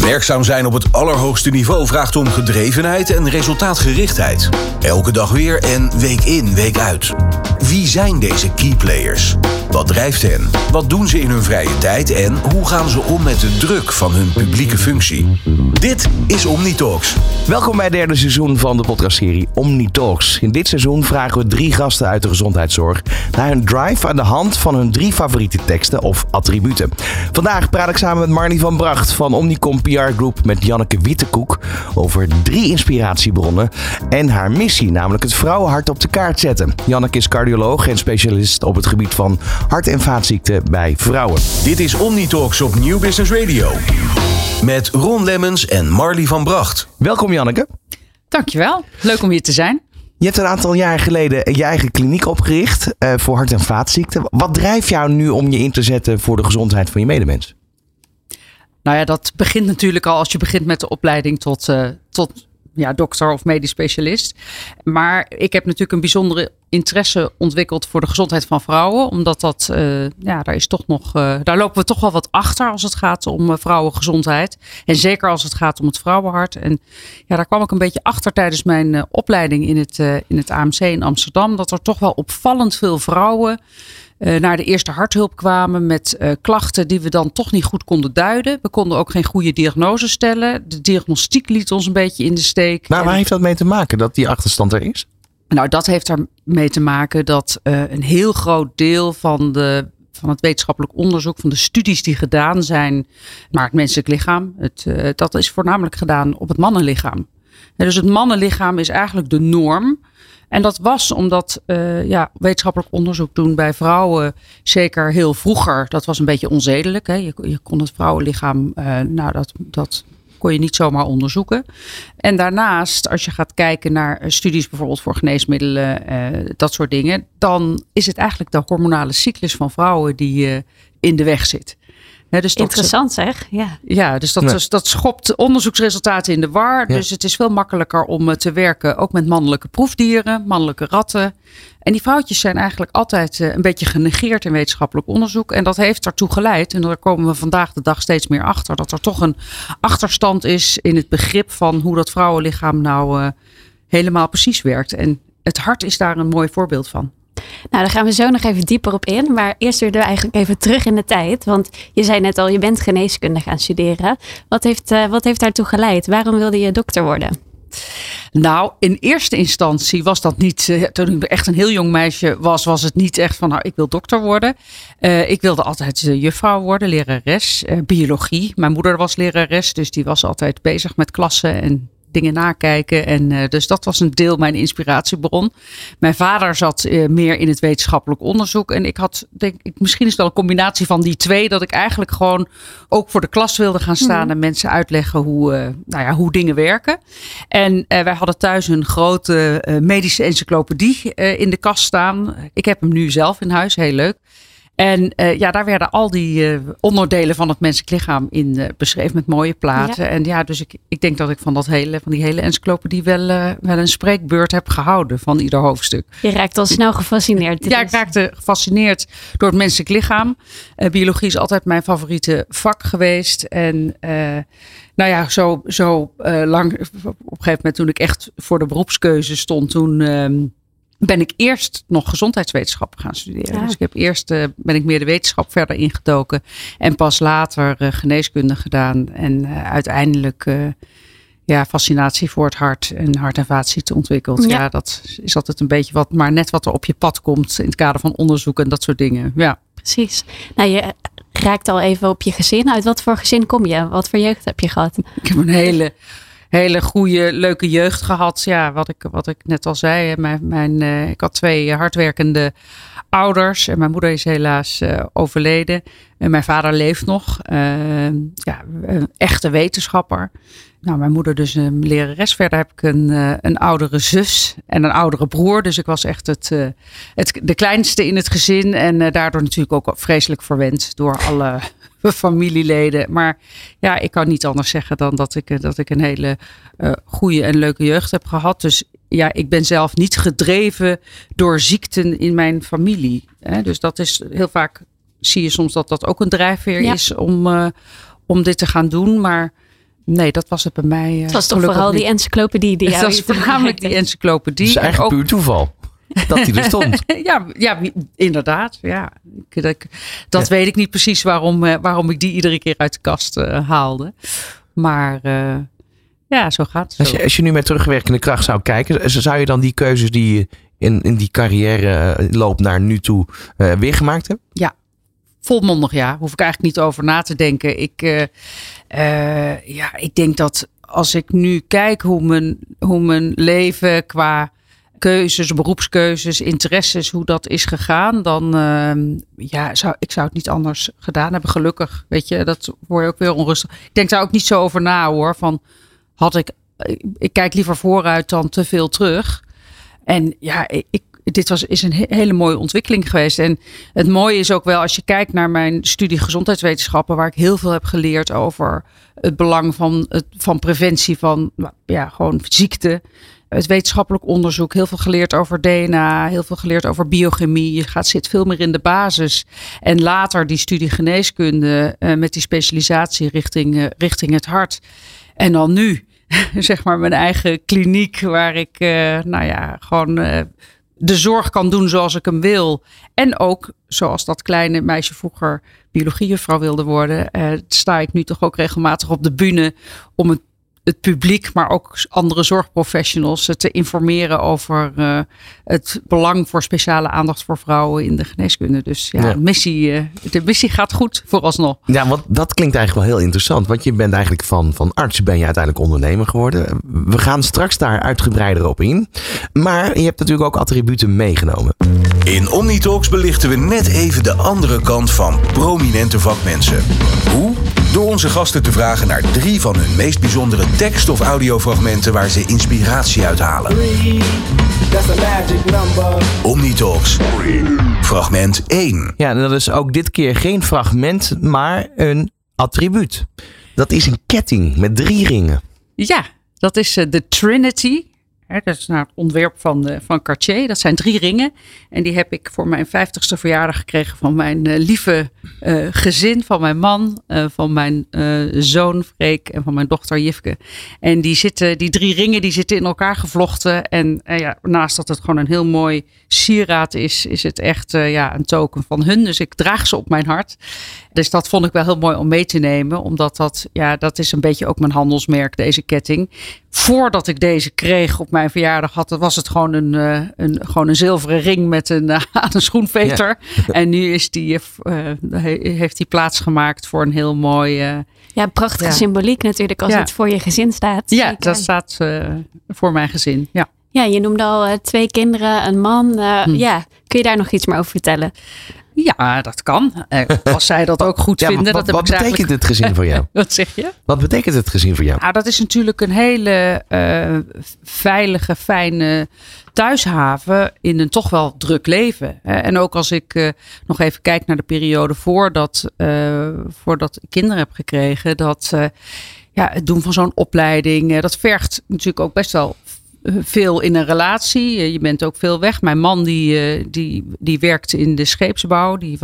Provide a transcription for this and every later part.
Werkzaam zijn op het allerhoogste niveau vraagt om gedrevenheid en resultaatgerichtheid. Elke dag weer en week in, week uit. Wie zijn deze key players? Wat drijft hen? Wat doen ze in hun vrije tijd en hoe gaan ze om met de druk van hun publieke functie? Dit is OmniTalks. Welkom bij het derde seizoen van de podcastserie OmniTalks. In dit seizoen vragen we 3 gasten uit de gezondheidszorg naar hun drive aan de hand van hun 3 favoriete teksten of attributen. Vandaag praat ik samen met Marlie van Bracht van Omnicom PR Group met Janneke Wittekoek over 3 inspiratiebronnen en haar missie, namelijk het vrouwenhart op de kaart zetten. Janneke is cardioloog en specialist op het gebied van hart- en vaatziekten bij vrouwen. Dit is OmniTalks op Nieuw Business Radio. Met Ron Lemmens en Marlie van Bracht. Welkom Janneke. Dankjewel, leuk om hier te zijn. Je hebt een aantal jaar geleden je eigen kliniek opgericht voor hart- en vaatziekten. Wat drijft jou nu om je in te zetten voor de gezondheid van je medemens? Nou ja, dat begint natuurlijk al als je begint met de opleiding tot dokter of medisch specialist. Maar ik heb natuurlijk een bijzondere interesse ontwikkeld voor de gezondheid van vrouwen. Omdat dat, daar lopen we toch wel wat achter als het gaat om vrouwengezondheid. En zeker als het gaat om het vrouwenhart. En ja, daar kwam ik een beetje achter tijdens mijn opleiding in het AMC in Amsterdam. Dat er toch wel opvallend veel vrouwen naar de eerste harthulp kwamen met klachten die we dan toch niet goed konden duiden. We konden ook geen goede diagnose stellen. De diagnostiek liet ons een beetje in de steek. Maar waar heeft dat mee te maken dat die achterstand er is? Nou, dat heeft ermee te maken dat een heel groot deel van het wetenschappelijk onderzoek, van de studies die gedaan zijn naar het menselijk lichaam, dat is voornamelijk gedaan op het mannenlichaam. En dus het mannenlichaam is eigenlijk de norm. En dat was omdat wetenschappelijk onderzoek doen bij vrouwen, zeker heel vroeger, dat was een beetje onzedelijk. Hè? Je kon het vrouwenlichaam, dat kon je niet zomaar onderzoeken. En daarnaast, als je gaat kijken naar studies bijvoorbeeld voor geneesmiddelen, dat soort dingen, dan is het eigenlijk de hormonale cyclus van vrouwen die in de weg zit. Dus interessant zeg. Ja. Ja, dus dat schopt onderzoeksresultaten in de war. Ja. Dus het is veel makkelijker om te werken ook met mannelijke proefdieren, mannelijke ratten. En die vrouwtjes zijn eigenlijk altijd een beetje genegeerd in wetenschappelijk onderzoek. En dat heeft ertoe geleid, en daar komen we vandaag de dag steeds meer achter, dat er toch een achterstand is in het begrip van hoe dat vrouwenlichaam nou helemaal precies werkt. En het hart is daar een mooi voorbeeld van. Nou, daar gaan we zo nog even dieper op in. Maar eerst weer eigenlijk even terug in de tijd. Want je zei net al, je bent geneeskunde gaan studeren. Wat heeft daartoe geleid? Waarom wilde je dokter worden? Nou, in eerste instantie was dat niet, toen ik echt een heel jong meisje was het niet echt van, nou, ik wil dokter worden. Ik wilde altijd juffrouw worden, lerares, biologie. Mijn moeder was lerares, dus die was altijd bezig met klassen en dingen nakijken. En dus dat was een deel mijn inspiratiebron. Mijn vader zat meer in het wetenschappelijk onderzoek. En ik had, denk ik, misschien is het wel een combinatie van die twee, dat ik eigenlijk gewoon ook voor de klas wilde gaan staan en mensen uitleggen hoe dingen werken. En wij hadden thuis een grote medische encyclopedie in de kast staan. Ik heb hem nu zelf in huis, heel leuk. En daar werden al die onderdelen van het menselijk lichaam in beschreven met mooie platen. Ja. En ja, dus ik denk dat ik van die hele encyclopedie wel een spreekbeurt heb gehouden van ieder hoofdstuk. Je raakt al snel gefascineerd. Ik raakte gefascineerd door het menselijk lichaam. Biologie is altijd mijn favoriete vak geweest. En zo lang, op een gegeven moment toen ik echt voor de beroepskeuze stond, toen ben ik eerst nog gezondheidswetenschappen gaan studeren. Ja. Dus ben ik meer de wetenschap verder ingedoken. En pas later geneeskunde gedaan. En uiteindelijk fascinatie voor het hart en hart- en vaatziekten ontwikkeld. Ja, dat is altijd een beetje net wat er op je pad komt in het kader van onderzoek en dat soort dingen. Ja. Precies. Nou, je raakt al even op je gezin. Uit wat voor gezin kom je? Wat voor jeugd heb je gehad? Ik heb een hele goede, leuke jeugd gehad. Ja, wat ik net al zei. Ik had 2 hardwerkende ouders. En mijn moeder is helaas overleden. En mijn vader leeft nog. Een echte wetenschapper. Nou, mijn moeder dus een lerares. Verder heb ik een oudere zus en een oudere broer. Dus ik was echt de kleinste in het gezin. En daardoor natuurlijk ook vreselijk verwend door alle familieleden. Maar ja, ik kan niet anders zeggen dan dat ik een hele goede en leuke jeugd heb gehad. Dus ja, ik ben zelf niet gedreven door ziekten in mijn familie. Dus dat is heel vaak, zie je soms dat ook een drijfveer is om dit te gaan doen. Maar Nee, dat was het bij mij. Het was toch vooral die encyclopedie die jou. Het was voornamelijk die encyclopedie. Het is eigenlijk puur toeval dat die er stond. ja, inderdaad. Ja. Dat weet ik niet precies waarom ik die iedere keer uit de kast haalde. Maar zo gaat het. Als je nu met terugwerkende kracht zou kijken, zou je dan die keuzes die je in die carrière loop naar nu toe weer gemaakt hebt? Ja. Volmondig ja. Hoef ik eigenlijk niet over na te denken. Ik denk dat als ik nu kijk hoe mijn leven qua keuzes, beroepskeuzes, interesses, hoe dat is gegaan, dan zou het niet anders gedaan hebben. Gelukkig, weet je, dat word je ook weer onrustig. Ik denk daar ook niet zo over na hoor. Van ik kijk liever vooruit dan te veel terug. En ja, dit is een hele mooie ontwikkeling geweest. En het mooie is ook wel als je kijkt naar mijn studie gezondheidswetenschappen, waar ik heel veel heb geleerd over het belang van preventie van gewoon ziekte. Het wetenschappelijk onderzoek, heel veel geleerd over DNA, heel veel geleerd over biochemie. Je zit veel meer in de basis. En later die studie geneeskunde met die specialisatie richting het hart. En dan nu, zeg maar mijn eigen kliniek waar ik gewoon de zorg kan doen zoals ik hem wil. En ook zoals dat kleine meisje vroeger biologiejuffrouw wilde worden. Sta ik nu toch ook regelmatig op de bühne om het publiek, maar ook andere zorgprofessionals te informeren over het belang voor speciale aandacht voor vrouwen in de geneeskunde. Dus de missie gaat goed vooralsnog. Ja, want dat klinkt eigenlijk wel heel interessant. Want je bent eigenlijk van arts ben je uiteindelijk ondernemer geworden. We gaan straks daar uitgebreider op in. Maar je hebt natuurlijk ook attributen meegenomen. In OmniTalks belichten we net even de andere kant van prominente vakmensen. Hoe? Door onze gasten te vragen naar 3 van hun meest bijzondere tekst- of audiofragmenten waar ze inspiratie uit halen. OmniTalks. Fragment 1. Ja, en dat is ook dit keer geen fragment, maar een attribuut. Dat is een ketting met 3 ringen. Ja, dat is de Trinity. Dat is het ontwerp van Cartier. Dat zijn 3 ringen. En die heb ik voor mijn 50ste verjaardag gekregen van mijn lieve gezin. Van mijn man, van mijn zoon Freek en van mijn dochter Jifke. En die 3 ringen die zitten in elkaar gevlochten. En naast dat het gewoon een heel mooi sieraad is het echt een token van hun. Dus ik draag ze op mijn hart. Dus dat vond ik wel heel mooi om mee te nemen. Omdat dat is een beetje ook mijn handelsmerk, deze ketting. Voordat ik deze kreeg op mijn verjaardag was het gewoon een zilveren ring met aan een schoenveter. Ja. En nu heeft die plaatsgemaakt voor een heel mooi... prachtige symboliek natuurlijk als het voor je gezin staat. Ja, zeker. Dat staat voor mijn gezin, ja. Ja, je noemde al 2 kinderen, een man. Kun je daar nog iets meer over vertellen? Ja, dat kan. Als zij dat ook goed vinden. Wat betekent het gezin voor jou? Wat zeg je? Wat betekent het gezin voor jou? Nou, dat is natuurlijk een hele veilige, fijne thuishaven in een toch wel druk leven. En ook als ik nog even kijk naar de periode voordat ik kinderen heb gekregen. Het doen van zo'n opleiding, dat vergt natuurlijk ook best wel veel in een relatie. Je bent ook veel weg. Mijn man die werkt in de scheepsbouw. Die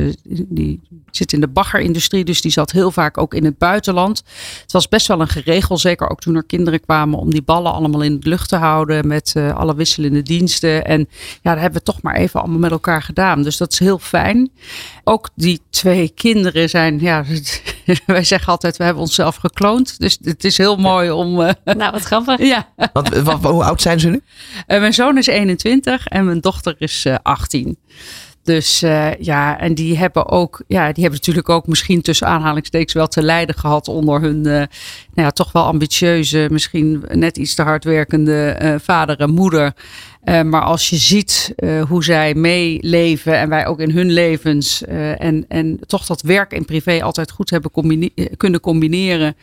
zit in de baggerindustrie. Dus die zat heel vaak ook in het buitenland. Het was best wel een geregel. Zeker ook toen er kinderen kwamen. Om die ballen allemaal in de lucht te houden. Met alle wisselende diensten. En dat hebben we toch maar even allemaal met elkaar gedaan. Dus dat is heel fijn. Ook die 2 kinderen zijn... wij zeggen altijd, we hebben onszelf gekloond. Dus het is heel mooi om... Nou, wat grappig. Ja. Hoe oud zijn ze nu? Mijn zoon is 21 en mijn dochter is 18. Dus en die hebben natuurlijk ook misschien tussen aanhalingstekens wel te lijden gehad onder hun toch wel ambitieuze, misschien net iets te hard werkende vader en moeder. Maar als je ziet hoe zij meeleven en wij ook in hun levens en toch dat werk en privé altijd goed hebben kunnen combineren.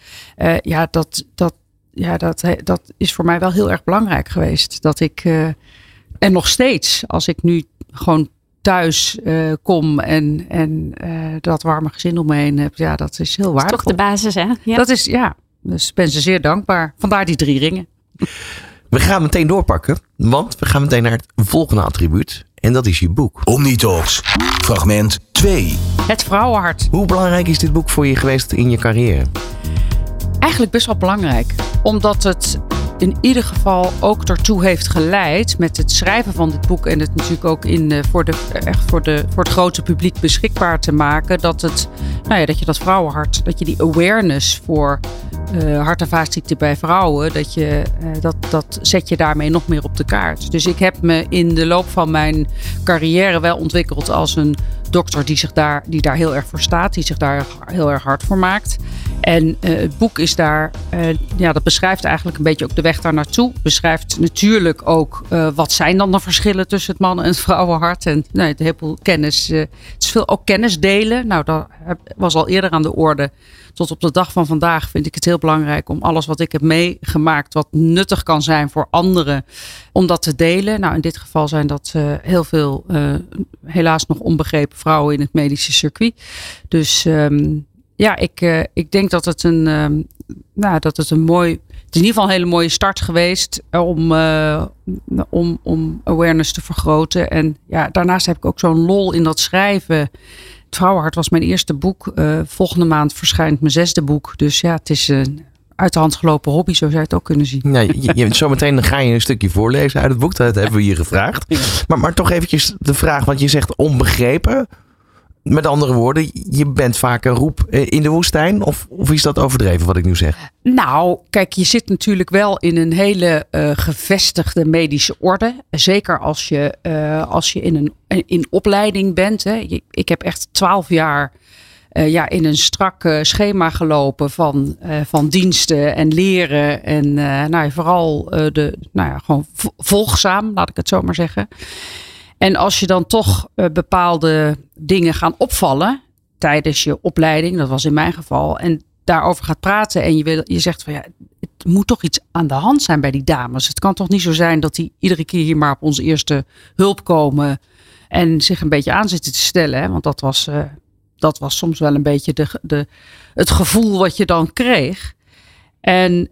Dat is voor mij wel heel erg belangrijk geweest. Dat ik, en nog steeds, als ik nu gewoon thuis kom en dat warme gezin om me heen heb, dat is heel waardevol. Dat is toch de basis, hè? Ja. Dat is, dus ik ben ze zeer dankbaar. Vandaar die 3 ringen. We gaan meteen doorpakken, want we gaan meteen naar het volgende attribuut. En dat is je boek. OmniTalks, fragment 2. Het vrouwenhart. Hoe belangrijk is dit boek voor je geweest in je carrière? Eigenlijk best wel belangrijk. Omdat het in ieder geval ook ertoe heeft geleid met het schrijven van dit boek en het natuurlijk ook voor het grote publiek beschikbaar te maken, dat je dat vrouwenhart, dat je die awareness voor hart- en vaatziekten bij vrouwen, dat zet je daarmee nog meer op de kaart. Dus ik heb me in de loop van mijn carrière wel ontwikkeld als een dokter die daar heel erg voor staat, die zich daar heel erg hard voor maakt. En het boek is daar, dat beschrijft eigenlijk een beetje ook de weg daar naartoe. Beschrijft natuurlijk ook wat zijn dan de verschillen tussen het mannen- en het vrouwenhart. En een heleboel kennis. Het is veel ook kennis delen. Nou, dat was al eerder aan de orde. Tot op de dag van vandaag vind ik het heel belangrijk om alles wat ik heb meegemaakt, wat nuttig kan zijn voor anderen, om dat te delen. Nou, in dit geval zijn dat heel veel helaas nog onbegrepen vrouwen in het medische circuit. Dus ik denk dat het in ieder geval een hele mooie start geweest om awareness te vergroten. En ja, daarnaast heb ik ook zo'n lol in dat schrijven. Het Vrouwenhart was mijn eerste boek. Volgende maand verschijnt mijn 6e boek. Dus ja, het is een uit de hand gelopen hobby, zo zou je het ook kunnen zien. Ja, zometeen ga je een stukje voorlezen uit het boek. Dat hebben we hier gevraagd. Ja. Maar toch eventjes de vraag, want je zegt onbegrepen. Met andere woorden, je bent vaak een roep in de woestijn? Of is dat overdreven wat ik nu zeg? Nou, kijk, je zit natuurlijk wel in een hele gevestigde medische orde. Zeker als je in opleiding bent. Hè. Ik heb echt 12 jaar in een strak schema gelopen van diensten en leren. En vooral gewoon volgzaam, laat ik het zo maar zeggen. En als je dan toch bepaalde dingen gaan opvallen tijdens je opleiding, dat was in mijn geval, en daarover gaat praten en je zegt van het moet toch iets aan de hand zijn bij die dames. Het kan toch niet zo zijn dat die iedere keer hier maar op onze eerste hulp komen en zich een beetje aan zitten te stellen. Hè? Want dat was soms wel een beetje het gevoel wat je dan kreeg. En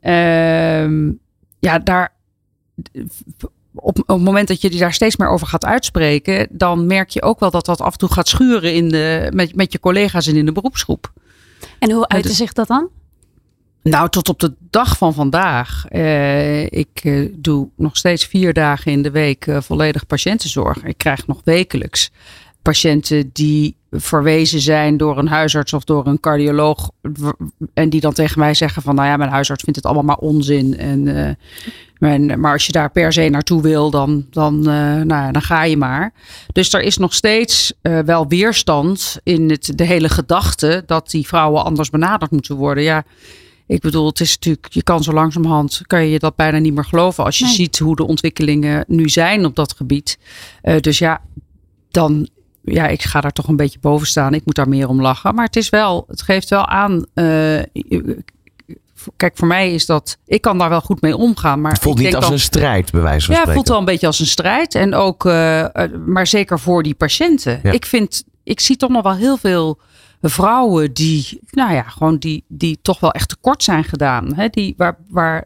op het moment dat je daar steeds meer over gaat uitspreken, dan merk je ook wel dat af en toe gaat schuren met je collega's en in de beroepsgroep. En hoe uitte zich dat dan? Nou, tot op de dag van vandaag. Ik doe nog steeds 4 dagen in de week volledig patiëntenzorg. Ik krijg nog wekelijks patiënten die verwezen zijn door een huisarts of door een cardioloog. En die dan tegen mij zeggen van, mijn huisarts vindt het allemaal maar onzin. Maar als je daar per se naartoe wil, dan ga je maar. Dus er is nog steeds wel weerstand in de hele gedachte dat die vrouwen anders benaderd moeten worden. Ja, ik bedoel, het is natuurlijk, je kan zo langzamerhand, kan je dat bijna niet meer geloven als je ziet hoe de ontwikkelingen nu zijn op dat gebied. Ik ga daar toch een beetje boven staan. Ik moet daar meer om lachen. Maar het geeft wel aan. Kijk, voor mij is dat, ik kan daar wel goed mee omgaan. Maar het voelt niet als een strijd, bij wijze van spreken. Ja, het voelt wel een beetje als een strijd. En ook, maar zeker voor die patiënten. Ja. Ik zie toch nog wel heel veel vrouwen die toch wel echt tekort zijn gedaan. Hè? Waar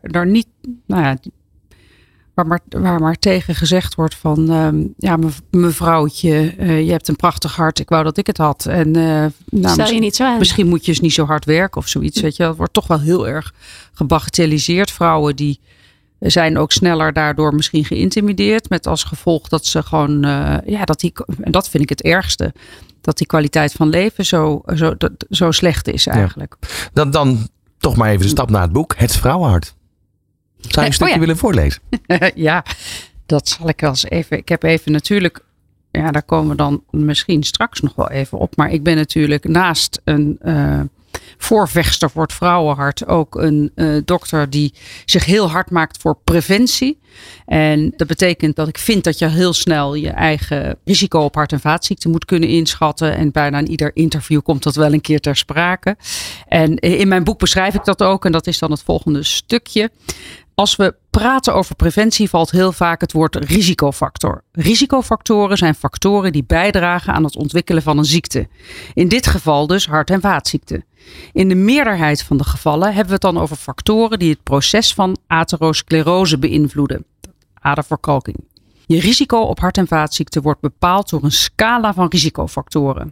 maar tegen gezegd wordt van, mevrouwtje, je hebt een prachtig hart. Ik wou dat ik het had. En stel je niet zo aan. Misschien moet je eens niet zo hard werken of zoiets. Weet je, dat wordt toch wel heel erg gebagatelliseerd. Vrouwen die zijn ook sneller daardoor misschien geïntimideerd. Met als gevolg dat ze gewoon, en dat vind ik het ergste. Dat die kwaliteit van leven zo slecht is eigenlijk. Ja. Dan toch maar even de stap naar het boek. Het Vrouwenhart. Zou je een stukje willen voorlezen? Ja, dat zal ik wel eens even. Ik heb even natuurlijk, daar komen we dan misschien straks nog wel even op. Maar ik ben natuurlijk naast een voorvechter voor het vrouwenhart ook een dokter die zich heel hard maakt voor preventie. En dat betekent dat ik vind dat je heel snel je eigen risico op hart- en vaatziekten moet kunnen inschatten. En bijna in ieder interview komt dat wel een keer ter sprake. En in mijn boek beschrijf ik dat ook. En dat is dan het volgende stukje. Als we praten over preventie valt heel vaak het woord risicofactor. Risicofactoren zijn factoren die bijdragen aan het ontwikkelen van een ziekte. In dit geval dus hart- en vaatziekten. In de meerderheid van de gevallen hebben we het dan over factoren die het proces van atherosclerose beïnvloeden. Aderverkalking. Je risico op hart- en vaatziekten wordt bepaald door een scala van risicofactoren.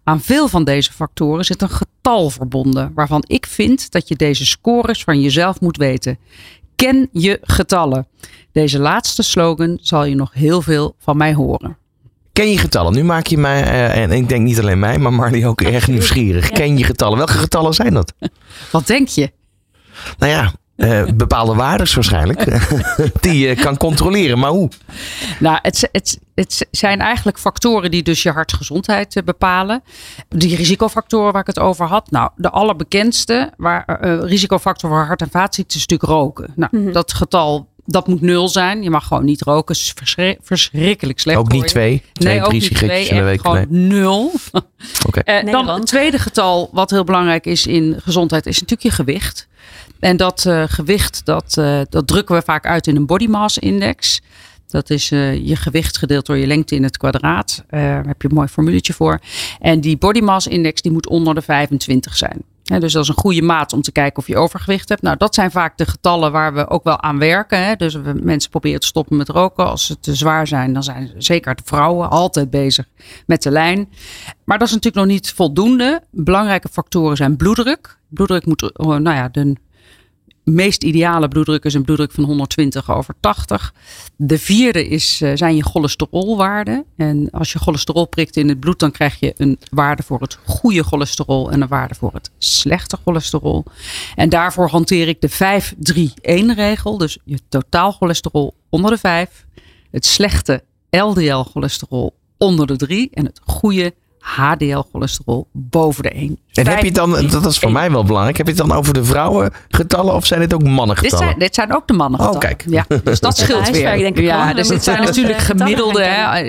Aan veel van deze factoren zit een getal verbonden, waarvan ik vind dat je deze scores van jezelf moet weten. Ken je getallen. Deze laatste slogan zal je nog heel veel van mij horen. Ken je getallen? Nu maak je mij, en ik denk niet alleen mij, maar Marley ook erg nieuwsgierig. Ken je getallen? Welke getallen zijn dat? Wat denk je? Nou ja, bepaalde waardes waarschijnlijk. Die je kan controleren, maar hoe? Nou, het zijn eigenlijk factoren die dus je hartgezondheid bepalen. Die risicofactoren waar ik het over had. Nou, de allerbekendste risicofactor voor hart- en vaatziekten is natuurlijk roken. Nou, dat getal, dat moet 0 zijn. Je mag gewoon niet roken. Het is verschrikkelijk slecht. Ook niet 2? Nee, ook niet 2. In de week. Gewoon 0. Okay. Dan het tweede getal wat heel belangrijk is in gezondheid is natuurlijk je gewicht. En dat gewicht, dat drukken we vaak uit in een body mass index. Dat is je gewicht gedeeld door je lengte in het kwadraat. Daar heb je een mooi formuletje voor. En die body mass index die moet onder de 25 zijn. Dus dat is een goede maat om te kijken of je overgewicht hebt. Nou, dat zijn vaak de getallen waar we ook wel aan werken. Dus mensen proberen te stoppen met roken. Als ze te zwaar zijn, dan zijn zeker de vrouwen altijd bezig met de lijn. Maar dat is natuurlijk nog niet voldoende. Belangrijke factoren zijn bloeddruk. Bloeddruk moet, de meest ideale bloeddruk is een bloeddruk van 120/80. De vierde zijn je cholesterolwaarden. En als je cholesterol prikt in het bloed, dan krijg je een waarde voor het goede cholesterol en een waarde voor het slechte cholesterol. En daarvoor hanteer ik de 5-3-1-regel. Dus je totaal cholesterol onder de 5. Het slechte LDL-cholesterol onder de 3. En het goede HDL-cholesterol boven de 1. En heb je dan, dat is voor mij wel belangrijk, heb je het dan over de vrouwengetallen of zijn dit ook mannengetallen? Dit zijn ook de mannengetallen. Oh, kijk. Ja, dus dat scheelt weer. Ja, dus dit zijn natuurlijk gemiddelde.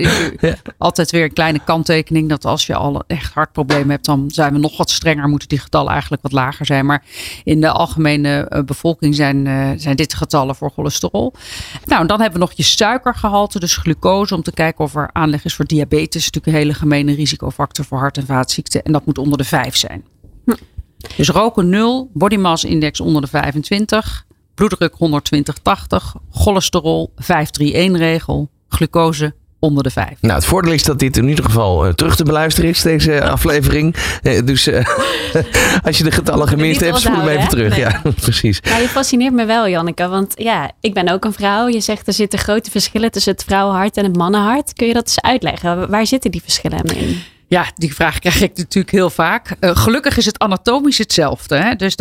Altijd weer een kleine kanttekening dat als je al echt hartproblemen hebt, dan zijn we nog wat strenger. Moeten die getallen eigenlijk wat lager zijn. Maar in de algemene bevolking zijn dit getallen voor cholesterol. Nou, en dan hebben we nog je suikergehalte, dus glucose, om te kijken of er aanleg is voor diabetes. Natuurlijk een hele gemene risicofactor voor hart- en vaatziekten. En dat moet onder de 5 zijn. Dus roken 0, body mass index onder de 25, bloeddruk 120/80, cholesterol 5-3-1-regel, glucose onder de 5. Nou, het voordeel is dat dit in ieder geval terug te beluisteren is, deze aflevering. Dus als je de getallen gemist hebt, spoel hem even terug. Nee. Ja, precies. Nou, je fascineert me wel, Janneke. Want ja, ik ben ook een vrouw. Je zegt er zitten grote verschillen tussen het vrouwenhart en het mannenhart. Kun je dat eens uitleggen? Waar zitten die verschillen in? Ja, die vraag krijg ik natuurlijk heel vaak. Gelukkig is het anatomisch hetzelfde. Hè? Dus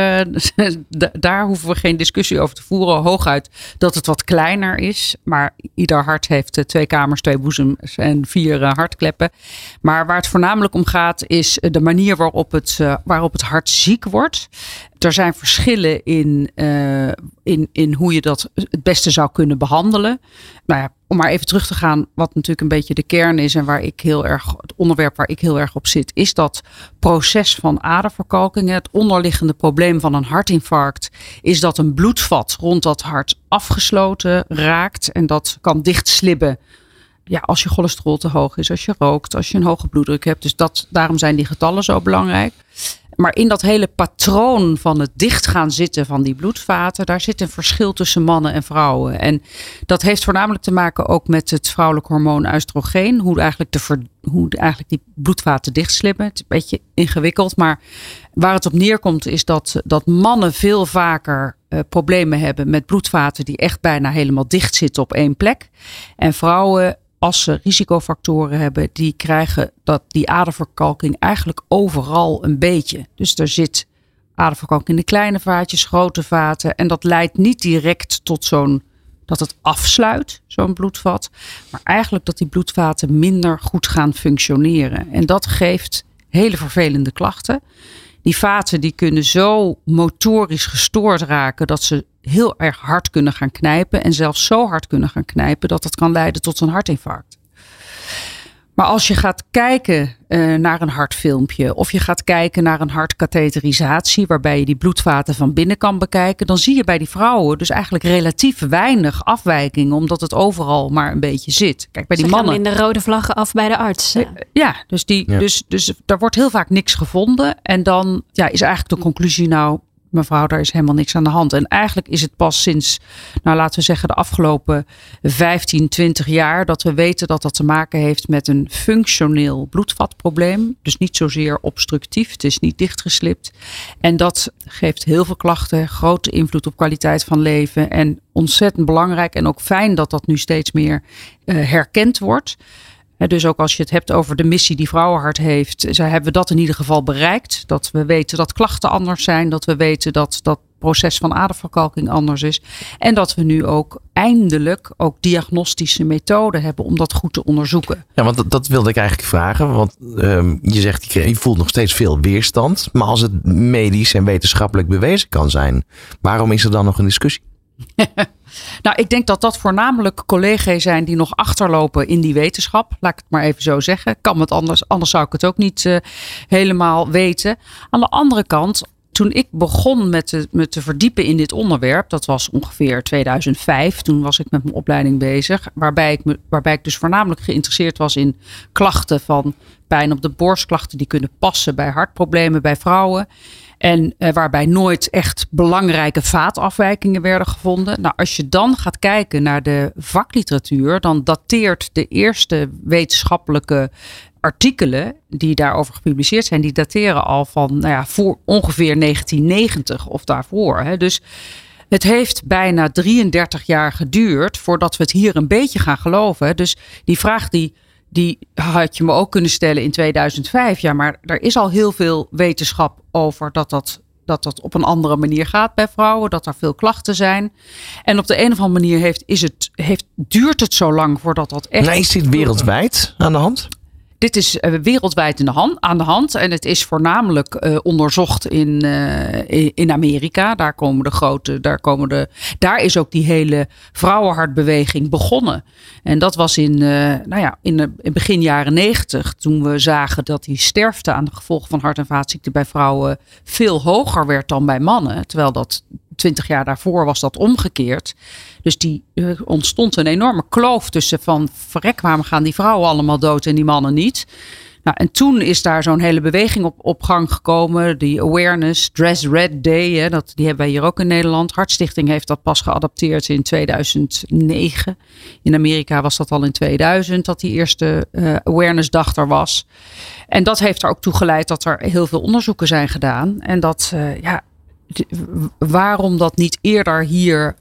daar hoeven we geen discussie over te voeren. Hooguit dat het wat kleiner is. Maar ieder hart heeft 2 kamers, 2 boezems en 4 hartkleppen. Maar waar het voornamelijk om gaat is de manier waarop het hart ziek wordt. Er zijn verschillen in hoe je dat het beste zou kunnen behandelen. Nou ja, om maar even terug te gaan, wat natuurlijk een beetje de kern is en het onderwerp waar ik heel erg op zit, is dat proces van aderverkalking. Het onderliggende probleem van een hartinfarct is dat een bloedvat rond dat hart afgesloten raakt en dat kan dichtslibben. Ja, als je cholesterol te hoog is, als je rookt, als je een hoge bloeddruk hebt. Dus daarom zijn die getallen zo belangrijk. Maar in dat hele patroon van het dicht gaan zitten van die bloedvaten, daar zit een verschil tussen mannen en vrouwen. En dat heeft voornamelijk te maken ook met het vrouwelijk hormoon oestrogeen. Hoe eigenlijk die bloedvaten dichtslippen. Het is een beetje ingewikkeld, maar waar het op neerkomt is dat mannen veel vaker problemen hebben met bloedvaten die echt bijna helemaal dicht zitten op één plek. En vrouwen, als ze risicofactoren hebben, die krijgen die aderverkalking eigenlijk overal een beetje. Dus er zit aderverkalking in de kleine vaatjes, grote vaten. En dat leidt niet direct tot dat het afsluit, zo'n bloedvat. Maar eigenlijk dat die bloedvaten minder goed gaan functioneren. En dat geeft hele vervelende klachten. Die vaten die kunnen zo motorisch gestoord raken dat ze heel erg hard kunnen gaan knijpen. En zelfs zo hard kunnen gaan knijpen dat het kan leiden tot een hartinfarct. Maar als je gaat kijken naar een hartfilmpje of je gaat kijken naar een hartkatheterisatie waarbij je die bloedvaten van binnen kan bekijken, dan zie je bij die vrouwen dus eigenlijk relatief weinig afwijkingen omdat het overal maar een beetje zit. Kijk, bij die mannen in de rode vlaggen af bij de arts. Dus daar wordt heel vaak niks gevonden en dan is eigenlijk de conclusie mevrouw, daar is helemaal niks aan de hand. En eigenlijk is het pas sinds, laten we zeggen, de afgelopen 15, 20 jaar dat we weten dat dat te maken heeft met een functioneel bloedvatprobleem. Dus niet zozeer obstructief, het is niet dichtgeslipt. En dat geeft heel veel klachten, grote invloed op kwaliteit van leven en ontzettend belangrijk en ook fijn dat dat nu steeds meer herkend wordt. Dus ook als je het hebt over de missie die Vrouwenhart heeft, hebben we dat in ieder geval bereikt. Dat we weten dat klachten anders zijn. Dat we weten dat dat proces van aderverkalking anders is. En dat we nu ook eindelijk ook diagnostische methoden hebben om dat goed te onderzoeken. Ja, want dat wilde ik eigenlijk vragen. Want je zegt, je voelt nog steeds veel weerstand. Maar als het medisch en wetenschappelijk bewezen kan zijn, waarom is er dan nog een discussie? Nou, ik denk dat dat voornamelijk collega's zijn die nog achterlopen in die wetenschap. Laat ik het maar even zo zeggen. Kan het anders zou ik het ook niet helemaal weten. Aan de andere kant, toen ik begon met te verdiepen in dit onderwerp, dat was ongeveer 2005. Toen was ik met mijn opleiding bezig. Waarbij ik dus voornamelijk geïnteresseerd was in klachten van pijn op de borst. Klachten die kunnen passen bij hartproblemen bij vrouwen. En waarbij nooit echt belangrijke vaatafwijkingen werden gevonden. Nou, als je dan gaat kijken naar de vakliteratuur, dan dateert de eerste wetenschappelijke artikelen die daarover gepubliceerd zijn, die dateren al van voor ongeveer 1990 of daarvoor. Hè. Dus het heeft bijna 33 jaar geduurd voordat we het hier een beetje gaan geloven. Dus die vraag die had je me ook kunnen stellen in 2005. Ja, maar er is al heel veel wetenschap over dat op een andere manier gaat bij vrouwen. Dat er veel klachten zijn. En op de een of andere manier duurt het zo lang voordat dat echt... Nou, is dit wereldwijd aan de hand? Dit is wereldwijd aan de hand. En het is voornamelijk onderzocht in Amerika. Daar is ook die hele vrouwenhartbeweging begonnen. En dat was in begin jaren 90. Toen we zagen dat die sterfte aan de gevolgen van hart- en vaatziekten bij vrouwen veel hoger werd dan bij mannen. Terwijl dat 20 jaar daarvoor was dat omgekeerd. Dus ontstond een enorme kloof tussen van verrek, waarom gaan die vrouwen allemaal dood en die mannen niet? Nou, en toen is daar zo'n hele beweging op gang gekomen. Die awareness, Dress Red Day, die hebben wij hier ook in Nederland. Hartstichting heeft dat pas geadapteerd in 2009. In Amerika was dat al in 2000 dat die eerste awareness dag er was. En dat heeft er ook toe geleid dat er heel veel onderzoeken zijn gedaan. En dat, waarom dat niet eerder hier...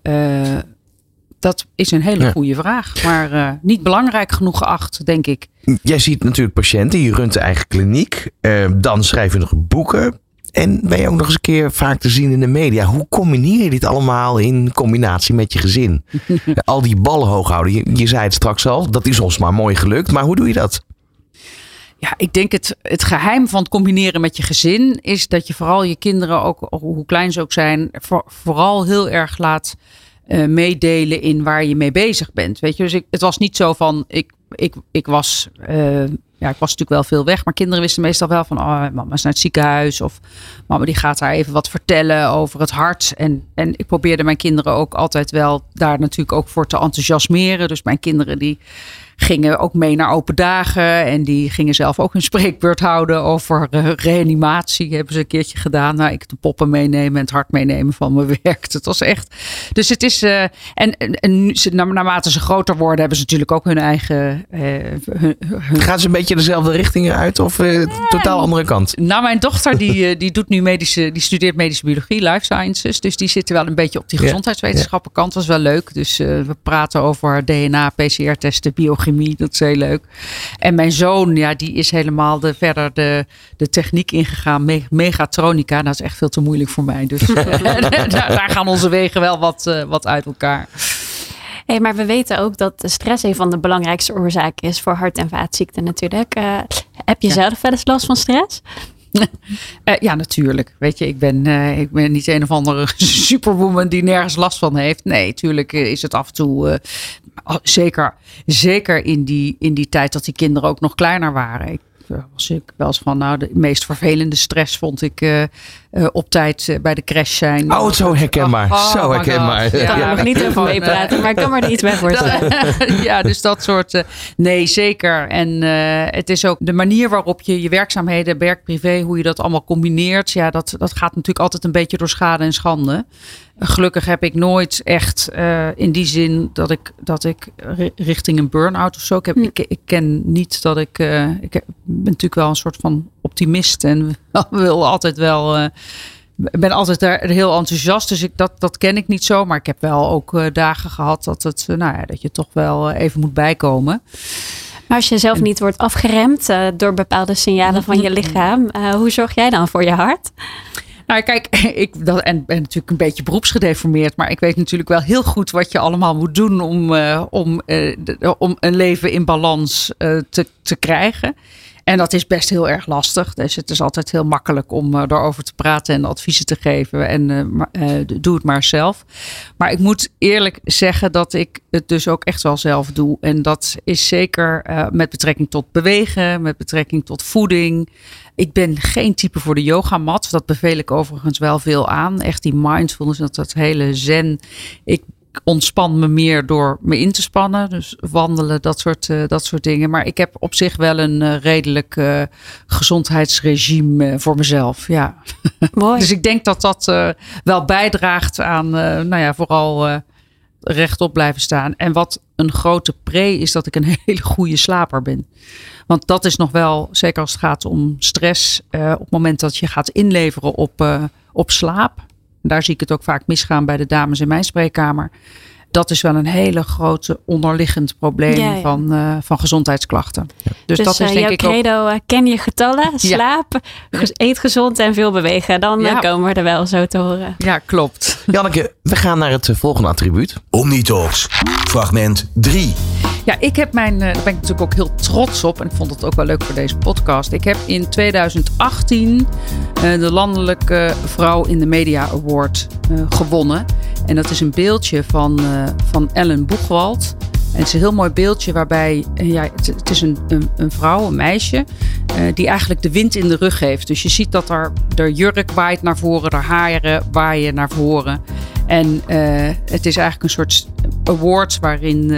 Dat is een hele goede vraag, maar niet belangrijk genoeg geacht, denk ik. Jij ziet natuurlijk patiënten, je runt de eigen kliniek. Dan schrijf je nog boeken. En ben je ook nog eens een keer vaak te zien in de media. Hoe combineer je dit allemaal in combinatie met je gezin? Al die ballen hoog houden. Je zei het straks al, dat is ons maar mooi gelukt. Maar hoe doe je dat? Ja, ik denk het geheim van het combineren met je gezin is dat je vooral je kinderen, ook hoe klein ze ook zijn, vooral heel erg laat meedelen in waar je mee bezig bent. Weet je, dus het was niet zo van ik was natuurlijk wel veel weg, maar kinderen wisten meestal wel van mama is naar het ziekenhuis of mama die gaat daar even wat vertellen over het hart. En ik probeerde mijn kinderen ook altijd wel daar natuurlijk ook voor te enthousiasmeren. Dus mijn kinderen die gingen ook mee naar open dagen en die gingen zelf ook een spreekbeurt houden over reanimatie. Hebben ze een keertje gedaan. Nou, ik de poppen meenemen en het hart meenemen van mijn werk. Het was echt. Dus het is en naarmate ze groter worden, hebben ze natuurlijk ook hun eigen. Gaan ze een beetje dezelfde richting uit of totaal andere kant? Nou, mijn dochter die doet nu die studeert medische biologie, life sciences. Dus die zitten wel een beetje op die gezondheidswetenschappen kant. Dat is wel leuk. Dus we praten over DNA, PCR-testen, biochemie. Dat is heel leuk. En mijn zoon, die is helemaal verder de techniek ingegaan. Megatronica, dat is echt veel te moeilijk voor mij. Dus daar gaan onze wegen wel wat uit elkaar. Hey, maar we weten ook dat stress een van de belangrijkste oorzaken is voor hart- en vaatziekten natuurlijk. Heb je zelf wel eens last van stress? Ja, natuurlijk. Weet je, ik ben niet een of andere superwoman die nergens last van heeft. Nee, natuurlijk is het af en toe, zeker in die tijd dat die kinderen ook nog kleiner waren. was ik wel eens van, de meest vervelende stress vond ik op tijd bij de crash zijn. Oh, zo herkenbaar. Zo herkenbaar. Ik kan er nog niet over meepraten, maar ik kan me er iets bij voorstellen. Ja, dus dat soort... nee, zeker. En het is ook de manier waarop je werkzaamheden, werk-privé, hoe je dat allemaal combineert. Ja, dat gaat natuurlijk altijd een beetje door schade en schande. Gelukkig heb ik nooit echt in die zin dat ik richting een burn-out of zo. Ik ken niet dat ik ben natuurlijk wel een soort van optimist en wil altijd wel. Ben altijd daar heel enthousiast, dus dat ken ik niet zo. Maar ik heb wel ook dagen gehad dat je toch wel even moet bijkomen. Maar als je zelf niet wordt afgeremd door bepaalde signalen van je lichaam, hoe zorg jij dan voor je hart? Nou, kijk, ik ben natuurlijk een beetje beroepsgedeformeerd, maar ik weet natuurlijk wel heel goed wat je allemaal moet doen om een leven in balans te krijgen. En dat is best heel erg lastig. Dus het is altijd heel makkelijk om erover te praten en adviezen te geven. En doe het maar zelf. Maar ik moet eerlijk zeggen dat ik het dus ook echt wel zelf doe. En dat is zeker met betrekking tot bewegen, met betrekking tot voeding. Ik ben geen type voor de yogamat. Dat beveel ik overigens wel veel aan. Echt die mindfulness, dat hele zen. Ik ontspan me meer door me in te spannen. Dus wandelen, dat soort dingen. Maar ik heb op zich wel een redelijk gezondheidsregime voor mezelf. Ja. Mooi. Dus ik denk dat wel bijdraagt aan vooral rechtop blijven staan. En wat een grote pre is dat ik een hele goede slaper ben. Want dat is nog wel, zeker als het gaat om stress, op het moment dat je gaat inleveren op slaap. Daar zie ik het ook vaak misgaan bij de dames in mijn spreekkamer. Dat is wel een hele grote onderliggend probleem van gezondheidsklachten. Ja. Dus dat is denk jouw ik credo, ken je getallen, slaap, eet gezond en veel bewegen. Dan komen we er wel zo te horen. Ja, klopt. Janneke, we gaan naar het volgende attribuut. Omnitalks, fragment 3. Ja, daar ben ik natuurlijk ook heel trots op. En ik vond het ook wel leuk voor deze podcast. Ik heb in 2018 de Landelijke Vrouw in de Media Award gewonnen. En dat is een beeldje van Ellen Boegwald. En het is een heel mooi beeldje waarbij het is een vrouw, een meisje, die eigenlijk de wind in de rug heeft. Dus je ziet dat de jurk waait naar voren, haar haren waaien naar voren. En het is eigenlijk een soort award waarin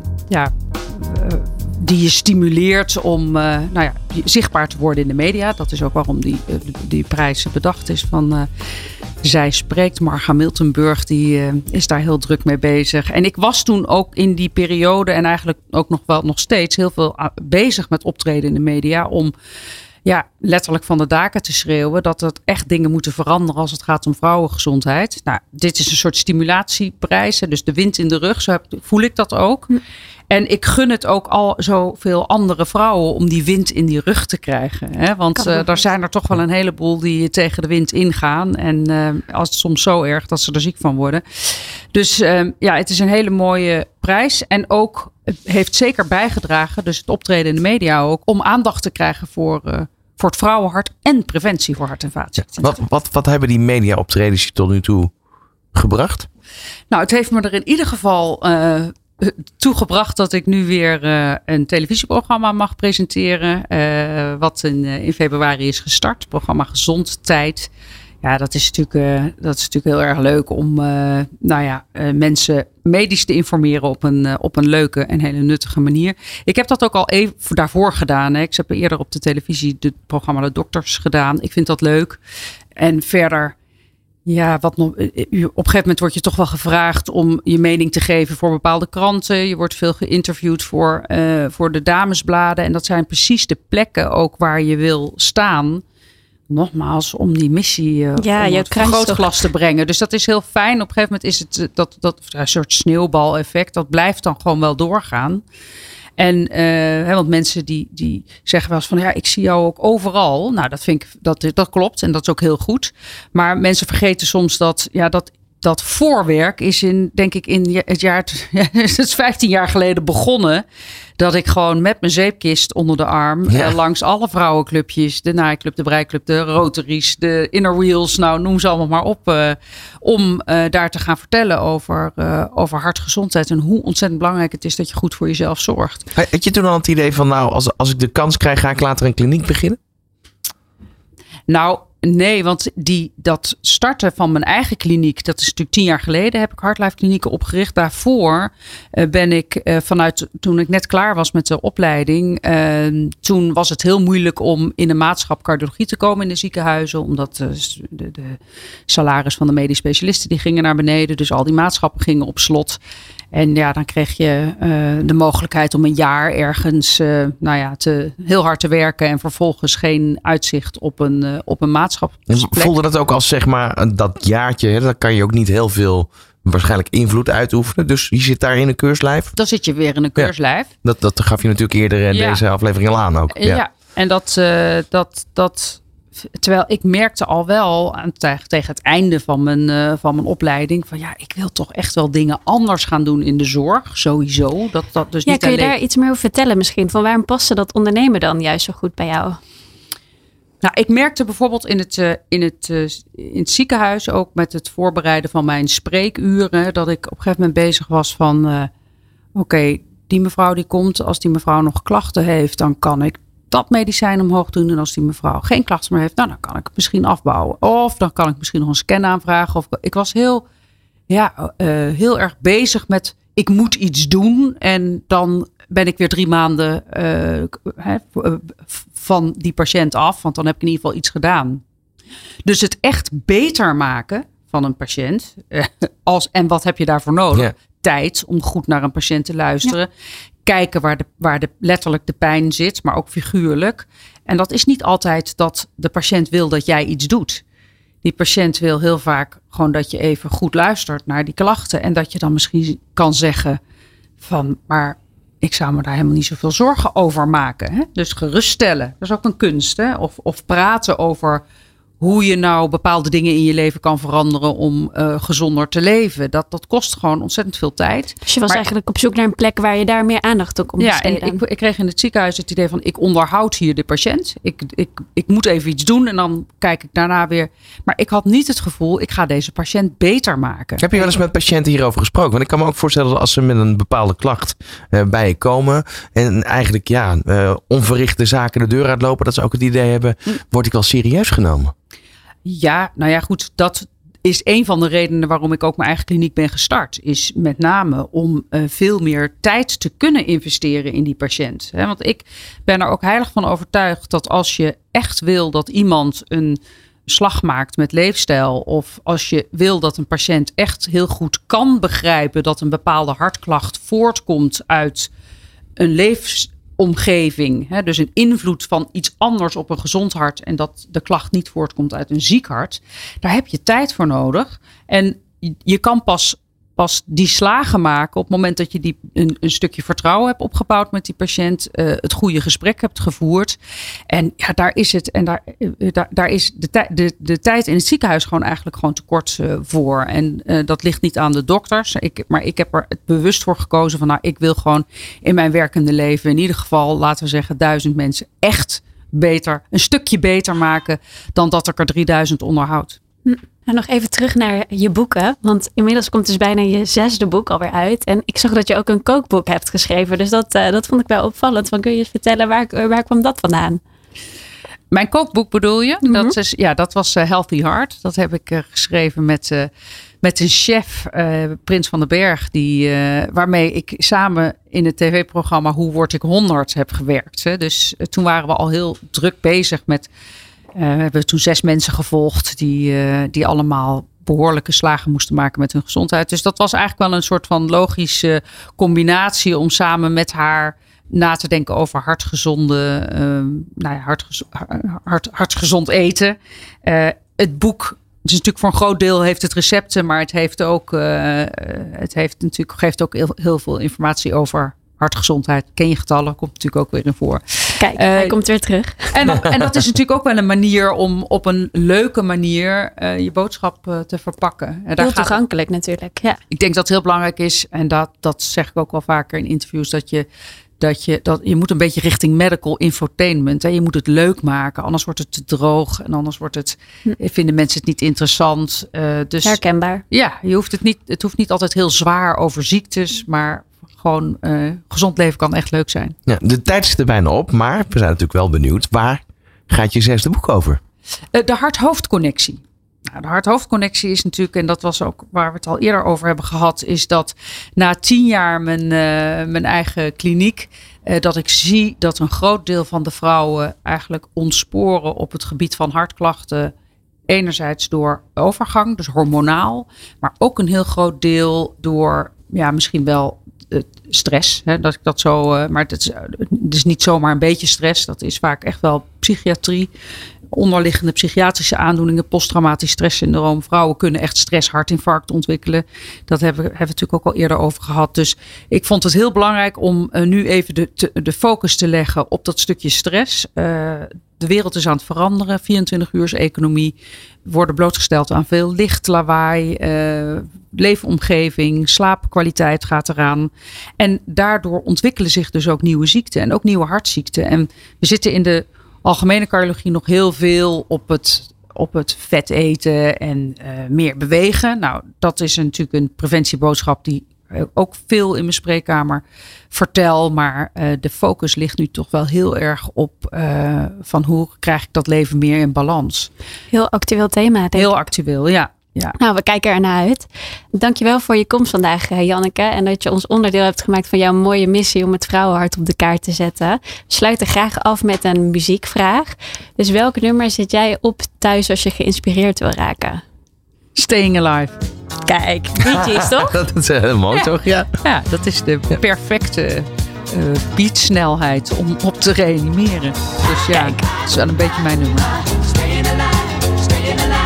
die je stimuleert om zichtbaar te worden in de media. Dat is ook waarom die prijs bedacht is. Zij spreekt, Marga Miltenburg, die is daar heel druk mee bezig. En ik was toen ook in die periode en eigenlijk ook nog steeds heel veel bezig met optreden in de media om letterlijk van de daken te schreeuwen dat er echt dingen moeten veranderen als het gaat om vrouwengezondheid. Nou, dit is een soort stimulatieprijs, dus de wind in de rug, zo voel ik dat ook. En ik gun het ook al zoveel andere vrouwen om die wind in die rug te krijgen. Hè? Want daar zijn er toch wel een heleboel die tegen de wind ingaan. En als het soms zo erg dat ze er ziek van worden. Dus het is een hele mooie prijs. En ook het heeft zeker bijgedragen, dus het optreden in de media ook, om aandacht te krijgen voor het vrouwenhart en preventie voor hart- en vaatziekten. Wat hebben die media-optredens je tot nu toe gebracht? Nou, het heeft me er in ieder geval toegebracht dat ik nu weer een televisieprogramma mag presenteren. Wat in februari is gestart. Het programma Gezond Tijd. Ja, dat is natuurlijk heel erg leuk om mensen medisch te informeren op een leuke en hele nuttige manier. Ik heb dat ook al even daarvoor gedaan. Hè. Ik heb eerder op de televisie het programma De Dokters gedaan. Ik vind dat leuk. En verder, op een gegeven moment word je toch wel gevraagd om je mening te geven voor bepaalde kranten. Je wordt veel geïnterviewd voor de damesbladen. En dat zijn precies de plekken ook waar je wil staan. Nogmaals, om die missie om het vergrootglas te brengen. Dus dat is heel fijn. Op een gegeven moment is het dat soort sneeuwbaleffect. Dat blijft dan gewoon wel doorgaan. En want mensen die zeggen wel eens van ik zie jou ook overal. Nou, dat vind ik dat klopt en dat is ook heel goed. Maar mensen vergeten soms dat dat voorwerk is denk ik in het jaar, het is 15 jaar geleden begonnen. Dat ik gewoon met mijn zeepkist onder de arm langs alle vrouwenclubjes, de naaiclub, de breiklub, de Rotaries, de Inner Wheels, nou noem ze allemaal maar op. Om daar te gaan vertellen over hartgezondheid en hoe ontzettend belangrijk het is dat je goed voor jezelf zorgt. Had je toen al het idee van als ik de kans krijg, ga ik later een kliniek beginnen? Nou, nee, want dat starten van mijn eigen kliniek, dat is natuurlijk 10 jaar geleden, heb ik Heartlife klinieken opgericht. Daarvoor ben ik toen ik net klaar was met de opleiding, toen was het heel moeilijk om in een maatschap cardiologie te komen in de ziekenhuizen, omdat de salaris van de medisch specialisten die gingen naar beneden, dus al die maatschappen gingen op slot. En ja, dan kreeg je de mogelijkheid om een jaar ergens heel hard te werken en vervolgens geen uitzicht op een maatschap. Voelde dat ook als zeg maar dat jaartje, hè, dan kan je ook niet heel veel waarschijnlijk invloed uitoefenen. Dus je zit daar in een keurslijf. Dan zit je weer in een keurslijf. Ja, dat gaf je natuurlijk eerder deze aflevering al aan ook. Ja, en dat terwijl ik merkte al wel tegen het einde van mijn opleiding van ik wil toch echt wel dingen anders gaan doen in de zorg, sowieso. Dus niet kun je daar iets meer over vertellen misschien? Van waarom paste dat ondernemen dan juist zo goed bij jou? Nou, ik merkte bijvoorbeeld in het ziekenhuis ook met het voorbereiden van mijn spreekuren, dat ik op een gegeven moment bezig was van oké, die mevrouw die komt, als die mevrouw nog klachten heeft, dan kan ik dat medicijn omhoog doen. En als die mevrouw geen klachten meer heeft, dan kan ik het misschien afbouwen. Of dan kan ik misschien nog een scan aanvragen. Of ik was heel erg bezig met ik moet iets doen. En dan ben ik weer 3 maanden van die patiënt af. Want dan heb ik in ieder geval iets gedaan. Dus het echt beter maken van een patiënt. En wat heb je daarvoor nodig? Ja. Tijd om goed naar een patiënt te luisteren. Ja. Kijken waar letterlijk de pijn zit, maar ook figuurlijk. En dat is niet altijd dat de patiënt wil dat jij iets doet. Die patiënt wil heel vaak gewoon dat je even goed luistert naar die klachten. En dat je dan misschien kan zeggen van, maar ik zou me daar helemaal niet zoveel zorgen over maken. Hè? Dus geruststellen, dat is ook een kunst. Hè? Of praten over hoe je nou bepaalde dingen in je leven kan veranderen om gezonder te leven. Dat kost gewoon ontzettend veel tijd. Dus je was eigenlijk op zoek naar een plek waar je daar meer aandacht op kon besteden. En ik kreeg in het ziekenhuis het idee van ik onderhoud hier de patiënt. Ik moet even iets doen en dan kijk ik daarna weer. Maar ik had niet het gevoel, ik ga deze patiënt beter maken. Heb je wel eens met patiënten hierover gesproken? Want ik kan me ook voorstellen dat als ze met een bepaalde klacht bij je komen en eigenlijk onverrichte zaken de deur uitlopen, dat ze ook het idee hebben, word ik wel serieus genomen? Ja, nou ja, goed. Dat is een van de redenen waarom ik ook mijn eigen kliniek ben gestart. Is met name om veel meer tijd te kunnen investeren in die patiënt. Want ik ben er ook heilig van overtuigd dat als je echt wil dat iemand een slag maakt met leefstijl. Of als je wil dat een patiënt echt heel goed kan begrijpen dat een bepaalde hartklacht voortkomt uit een leefomgeving, dus een invloed van iets anders op een gezond hart en dat de klacht niet voortkomt uit een ziek hart, daar heb je tijd voor nodig. En je kan pas die slagen maken op het moment dat je een stukje vertrouwen hebt opgebouwd met die patiënt, het goede gesprek hebt gevoerd. En ja, daar is het. En daar is de tijd in het ziekenhuis gewoon te kort voor. En dat ligt niet aan de dokters. Maar ik heb er bewust voor gekozen van, ik wil gewoon in mijn werkende leven in ieder geval, laten we zeggen, 1000 mensen echt beter, een stukje beter maken dan dat ik er 3000 onderhoud. En nog even terug naar je boeken. Want inmiddels komt dus bijna je 6e boek alweer uit. En ik zag dat je ook een kookboek hebt geschreven. Dus dat vond ik wel opvallend. Kun je eens vertellen, waar kwam dat vandaan? Mijn kookboek bedoel je? Mm-hmm. Dat was Healthy Heart. Dat heb ik geschreven met een chef, Prins van den Berg. Waarmee ik samen in het tv-programma Hoe Word ik 100 heb gewerkt. Hè. Dus toen waren we al heel druk bezig met. We hebben toen 6 mensen gevolgd die allemaal behoorlijke slagen moesten maken met hun gezondheid. Dus dat was eigenlijk wel een soort van logische combinatie om samen met haar na te denken over hartgezond eten. Het boek, dus natuurlijk voor een groot deel heeft het recepten, maar het heeft ook, geeft ook heel veel informatie over hartgezondheid. Ken je getallen, komt natuurlijk ook weer in voor. Kijk, hij komt weer terug. En dat is natuurlijk ook wel een manier om op een leuke manier je boodschap te verpakken. Heel toegankelijk natuurlijk. Ja. Ik denk dat het heel belangrijk is, en dat zeg ik ook wel vaker in interviews, dat je moet een beetje richting medical infotainment. Hè. Je moet het leuk maken, anders wordt het te droog en anders vinden mensen het niet interessant. Dus, herkenbaar. Ja, het hoeft niet altijd heel zwaar over ziektes, maar gewoon gezond leven kan echt leuk zijn. Ja, de tijd zit er bijna op, maar we zijn natuurlijk wel benieuwd. Waar gaat je 6e boek over? De hart-hoofdconnectie. Nou, de hart-hoofdconnectie is natuurlijk, en dat was ook waar we het al eerder over hebben gehad, is dat na 10 jaar mijn eigen kliniek, dat ik zie dat een groot deel van de vrouwen eigenlijk ontsporen op het gebied van hartklachten. Enerzijds door overgang, dus hormonaal, maar ook een heel groot deel door misschien wel stress. Hè, dat ik dat zo, maar het is niet zomaar een beetje stress. Dat is vaak echt wel psychiatrie. Onderliggende psychiatrische aandoeningen, posttraumatisch stresssyndroom. Vrouwen kunnen echt stress, hartinfarct ontwikkelen. Dat hebben we natuurlijk ook al eerder over gehad. Dus ik vond het heel belangrijk om nu even de focus te leggen op dat stukje stress. De wereld is aan het veranderen. 24-uurseconomie. We worden blootgesteld aan veel licht, lawaai, leefomgeving, slaapkwaliteit gaat eraan. En daardoor ontwikkelen zich dus ook nieuwe ziekten en ook nieuwe hartziekten. En we zitten in de algemene cardiologie nog heel veel op het vet eten en meer bewegen. Nou, dat is natuurlijk een preventieboodschap die ook veel in mijn spreekkamer vertel. Maar de focus ligt nu toch wel heel erg op van hoe krijg ik dat leven meer in balans. Heel actueel thema, denk ik. Heel actueel, ja. Ja. Nou, we kijken ernaar uit. Dankjewel voor je komst vandaag, Janneke. En dat je ons onderdeel hebt gemaakt van jouw mooie missie om het vrouwenhart op de kaart te zetten. We sluiten graag af met een muziekvraag. Dus welk nummer zet jij op thuis als je geïnspireerd wil raken? Staying Alive. Kijk, Bee toch? Dat is mooi, toch? Ja. Ja, dat is de perfecte beatsnelheid om op te reanimeren. Dus ja, het is wel een beetje mijn nummer. Staying alive, staying alive.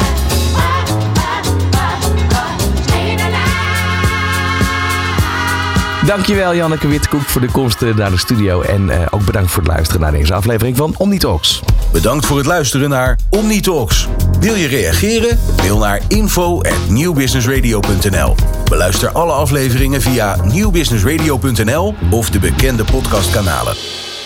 Dankjewel Janneke Wittekoek voor de komst naar de studio. En ook bedankt voor het luisteren naar deze aflevering van OmniTalks. Bedankt voor het luisteren naar OmniTalks. Wil je reageren? Mail naar info@newbusinessradio.nl. Beluister alle afleveringen via newbusinessradio.nl of de bekende podcastkanalen.